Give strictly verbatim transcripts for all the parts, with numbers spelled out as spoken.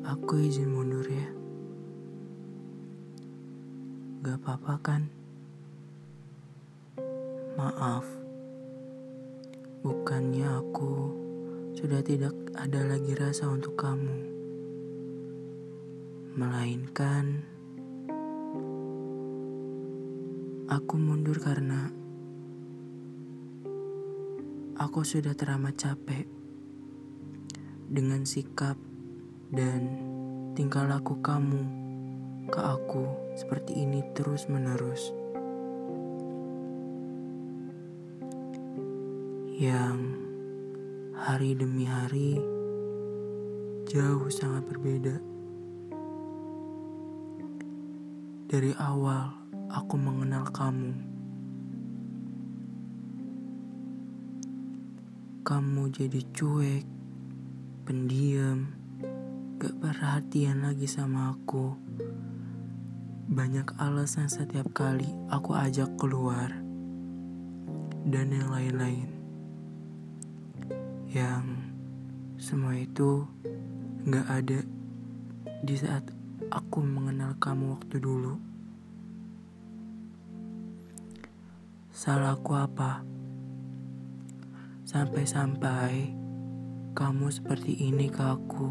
Aku izin mundur ya. Gak apa-apa kan? Maaf. Bukannya aku sudah tidak ada lagi rasa untuk kamu. Melainkan aku mundur karena aku sudah teramat capek dengan sikap dan tingkah laku kamu ke aku seperti ini terus-menerus. Yang hari demi hari jauh sangat berbeda. Dari awal aku mengenal kamu, kamu jadi cuek, pendiam, gak perhatian lagi sama aku. Banyak alasan setiap kali aku ajak keluar, dan yang lain-lain. Yang semua itu gak ada di saat aku mengenal kamu waktu dulu. Salahku apa? Sampai-sampai kamu seperti ini ke aku.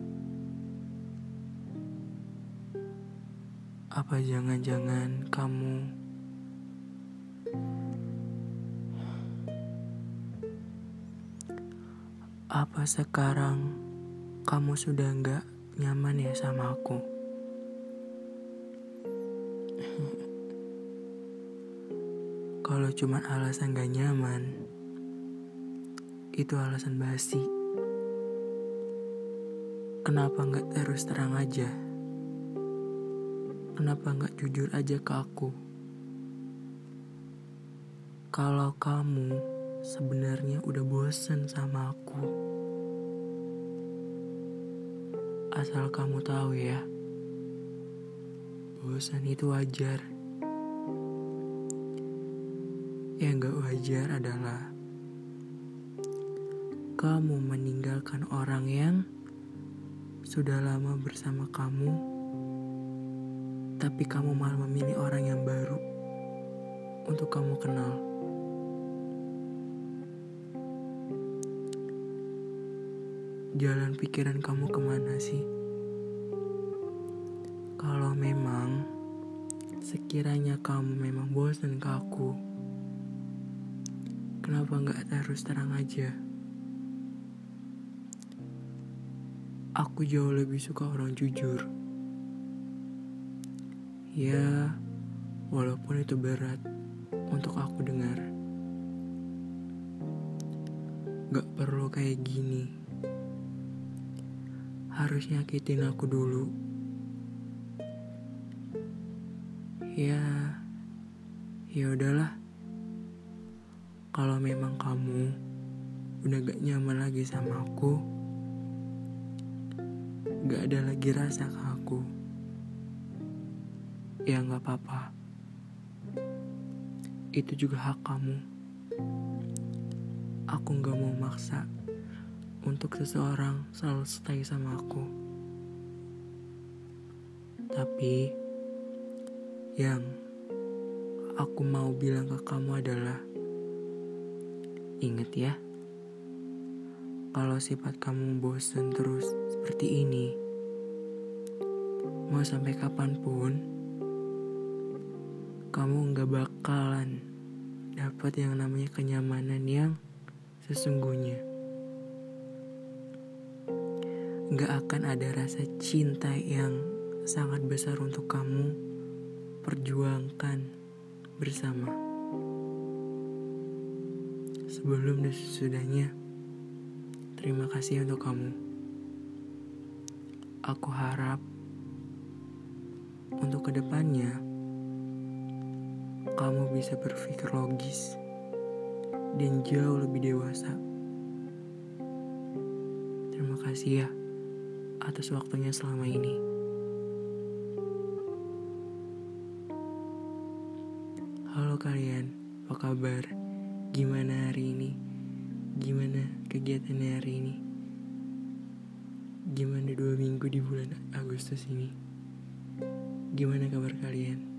Apa jangan-jangan kamu Apa sekarang kamu sudah gak nyaman ya sama aku? Kalau cuma alasan gak nyaman, itu alasan basi. Kenapa gak terus terang aja? Kenapa gak jujur aja ke aku? Kalau kamu sebenarnya udah bosen sama aku, asal kamu tahu ya, bosan itu wajar. Yang gak wajar adalah kamu meninggalkan orang yang sudah lama bersama kamu, tapi kamu malah memilih orang yang baru untuk kamu kenal. Jalan pikiran kamu kemana sih? Kalau memang sekiranya kamu memang bosan ke aku, kenapa gak terus terang aja? Aku jauh lebih suka orang jujur. Ya, walaupun itu berat untuk aku dengar. Gak perlu kayak gini. Harus nyakitin aku dulu. Ya, ya udahlah. Kalau memang kamu udah gak nyaman lagi sama aku, gak ada lagi rasa ke aku, ya gak apa-apa. Itu juga hak kamu. Aku gak mau maksa untuk seseorang selalu stay sama aku. Tapi yang aku mau bilang ke kamu adalah, ingat ya, kalau sifat kamu bosan terus seperti ini, mau sampai kapanpun, kamu gak bakalan dapat yang namanya kenyamanan yang sesungguhnya. Gak akan ada rasa cinta yang sangat besar untuk kamu perjuangkan bersama. Sebelum dan sesudahnya, terima kasih untuk kamu. Aku harap untuk kedepannya kamu bisa berpikir logis dan jauh lebih dewasa. Terima kasih ya atas waktunya selama ini. Halo kalian, apa kabar? Gimana hari ini? Gimana kegiatannya hari ini? Gimana dua minggu di bulan Agustus ini? Gimana kabar kalian?